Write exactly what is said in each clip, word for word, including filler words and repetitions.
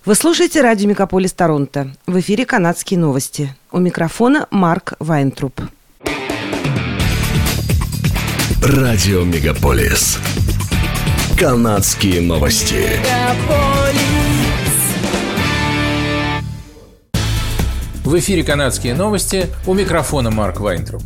Вы слушаете радио Мегаполис Торонто. В эфире канадские новости. У микрофона Марк Вайнтруп. Радио Мегаполис. Канадские новости. В эфире канадские новости. У микрофона Марк Вайнтруп.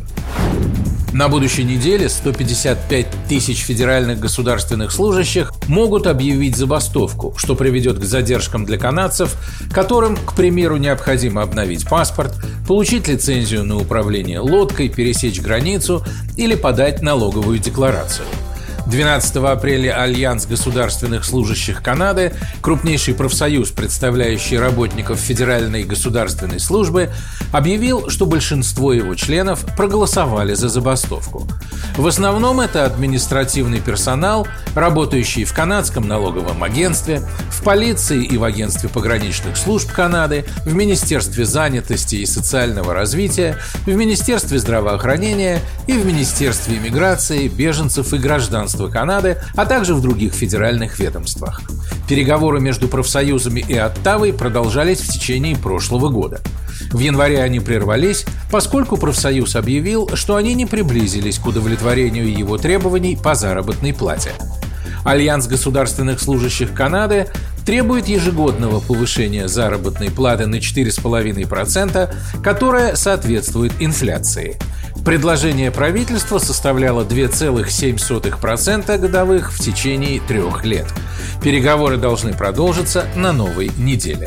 На будущей неделе сто пятьдесят пять тысяч федеральных государственных служащих могут объявить забастовку, что приведет к задержкам для канадцев, которым, к примеру, необходимо обновить паспорт, получить лицензию на управление лодкой, пересечь границу или подать налоговую декларацию. двенадцатого апреля Альянс государственных служащих Канады, крупнейший профсоюз, представляющий работников федеральной государственной службы, объявил, что большинство его членов проголосовали за забастовку. В основном это административный персонал, работающий в канадском налоговом агентстве, в полиции и в агентстве пограничных служб Канады, в Министерстве занятости и социального развития, в Министерстве здравоохранения и в Министерстве иммиграции, беженцев и гражданства Канады, а также в других федеральных ведомствах. Переговоры между профсоюзами и Оттавой продолжались в течение прошлого года. В январе они прервались, поскольку профсоюз объявил, что они не приблизились к удовлетворению его требований по заработной плате. Альянс государственных служащих Канады требует ежегодного повышения заработной платы на четыре целых пять десятых процента, которое соответствует инфляции. Предложение правительства составляло два целых семь десятых процента годовых в течение трех лет. Переговоры должны продолжиться на новой неделе.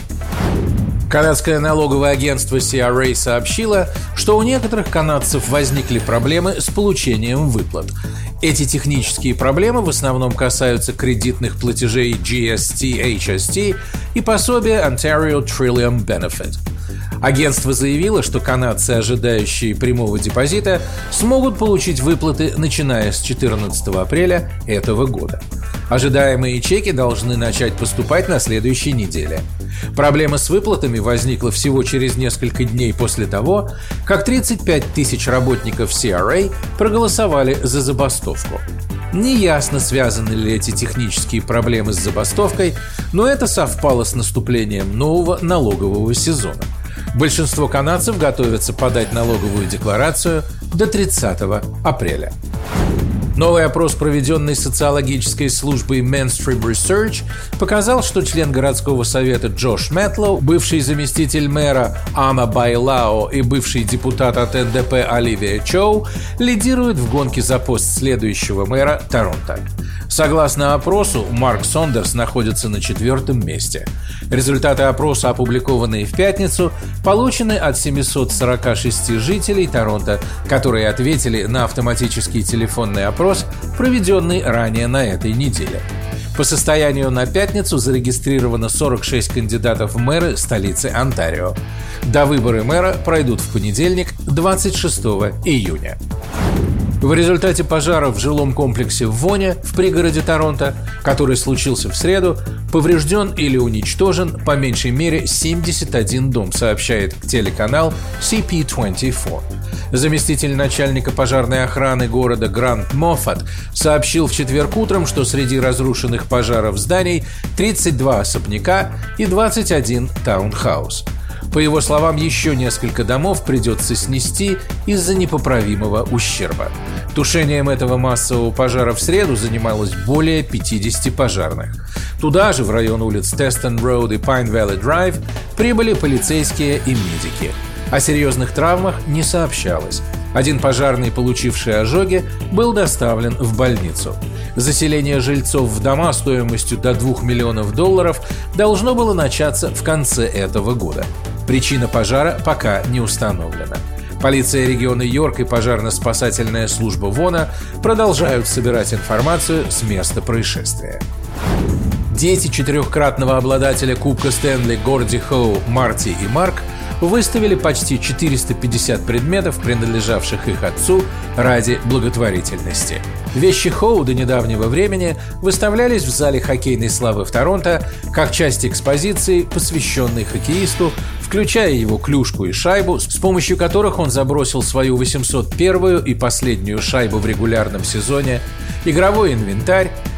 Канадское налоговое агентство си ар эй сообщило, что у некоторых канадцев возникли проблемы с получением выплат. Эти технические проблемы в основном касаются кредитных платежей джи эс ти эйч эс ти и пособия Ontario Trillium Benefit. Агентство заявило, что канадцы, ожидающие прямого депозита, смогут получить выплаты, начиная с четырнадцатого апреля этого года. Ожидаемые чеки должны начать поступать на следующей неделе. Проблема с выплатами возникла всего через несколько дней после того, как тридцать пять тысяч работников си ар эй проголосовали за забастовку. Неясно, связаны ли эти технические проблемы с забастовкой, но это совпало с наступлением нового налогового сезона. Большинство канадцев готовятся подать налоговую декларацию до тридцатого апреля. Новый опрос, проведенный социологической службой Mainstream Research, показал, что член городского совета Джош Мэтлоу, бывший заместитель мэра Ама Байлао и бывший депутат от эн дэ пэ Оливия Чоу лидируют в гонке за пост следующего мэра Торонто. Согласно опросу, Марк Сондерс находится на четвертом месте. Результаты опроса, опубликованные в пятницу, получены от семьсот сорок шесть жителей Торонто, которые ответили на автоматический телефонный опрос, проведенный ранее на этой неделе. По состоянию на пятницу зарегистрировано сорок шесть кандидатов в мэры столицы Онтарио. Довыборы мэра пройдут в понедельник, двадцать шестого июня. В результате пожара в жилом комплексе в Воне, в пригороде Торонто, который случился в среду, поврежден или уничтожен по меньшей мере семьдесят один дом, сообщает телеканал си пи двадцать четыре. Заместитель начальника пожарной охраны города Гранд Моффат сообщил в четверг утром, что среди разрушенных пожаров зданий тридцать два особняка и двадцать один таунхаус. По его словам, еще несколько домов придется снести из-за непоправимого ущерба. Тушением этого массового пожара в среду занималось более пятьдесят пожарных. Туда же, в район улиц Тестон-Роуд и Пайн-Вэлли-Драйв, прибыли полицейские и медики. О серьезных травмах не сообщалось. Один пожарный, получивший ожоги, был доставлен в больницу. Заселение жильцов в дома стоимостью до двух миллионов долларов должно было начаться в конце этого года. Причина пожара пока не установлена. Полиция региона Йорк и пожарно-спасательная служба Вона продолжают собирать информацию с места происшествия. Дети четырехкратного обладателя Кубка Стэнли Горди Хоу, Марти и Марк выставили почти четыреста пятьдесят предметов, принадлежавших их отцу, ради благотворительности. Вещи Хоу до недавнего времени выставлялись в зале хоккейной славы в Торонто как часть экспозиции, посвященной хоккеисту, включая его клюшку и шайбу, с помощью которых он забросил свою восемьсот первую и последнюю шайбу в регулярном сезоне, игровой инвентарь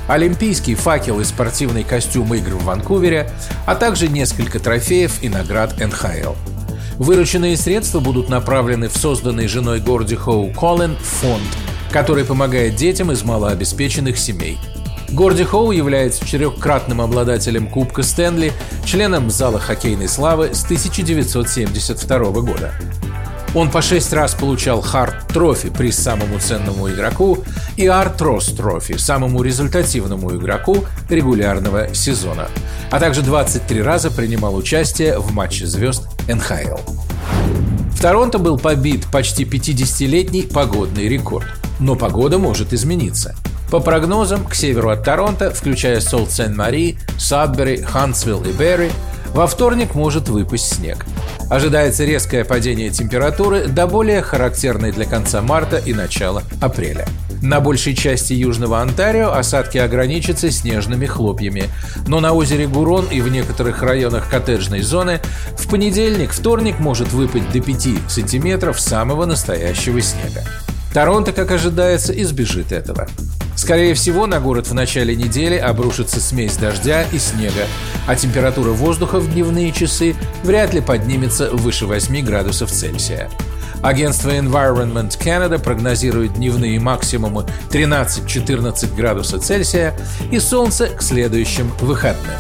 олимпийский факел и спортивный костюм игр в Ванкувере, а также несколько трофеев и наград эн ха эл. Вырученные средства будут направлены в созданный женой Горди Хоу Коллин фонд, который помогает детям из малообеспеченных семей. Горди Хоу является четырехкратным обладателем Кубка Стэнли, членом Зала хоккейной славы с тысяча девятьсот семьдесят второго года. Он по шесть раз получал Харт Трофи, приз самому ценному игроку, и Артрос Трофи, самому результативному игроку регулярного сезона, а также двадцать три раза принимал участие в матче звезд эн ха эл. В Торонто был побит почти пятидесятилетний погодный рекорд. Но погода может измениться. По прогнозам, к северу от Торонто, включая Солт-Сен-Мари, Садбери, Хантсвилл и Берри, во вторник может выпасть снег. Ожидается резкое падение температуры до более характерной для конца марта и начала апреля. На большей части Южного Онтарио осадки ограничатся снежными хлопьями, но на озере Гурон и в некоторых районах коттеджной зоны в понедельник, вторник может выпасть до пяти сантиметров самого настоящего снега. Торонто, как ожидается, избежит этого. Скорее всего, на город в начале недели обрушится смесь дождя и снега, а температура воздуха в дневные часы вряд ли поднимется выше восьми градусов Цельсия. Агентство Environment Canada прогнозирует дневные максимумы тринадцать-четырнадцать градусов Цельсия и солнце к следующим выходным.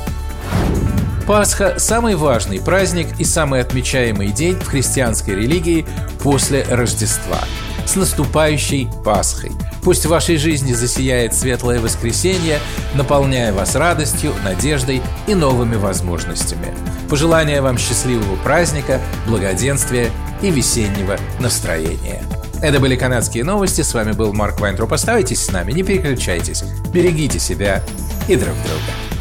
Пасха – самый важный праздник и самый отмечаемый день в христианской религии после Рождества. С наступающей Пасхой! Пусть в вашей жизни засияет светлое воскресенье, наполняя вас радостью, надеждой и новыми возможностями. Пожелания вам счастливого праздника, благоденствия и весеннего настроения. Это были канадские новости. С вами был Марк Вайнтроп. Оставайтесь с нами, не переключайтесь. Берегите себя и друг друга.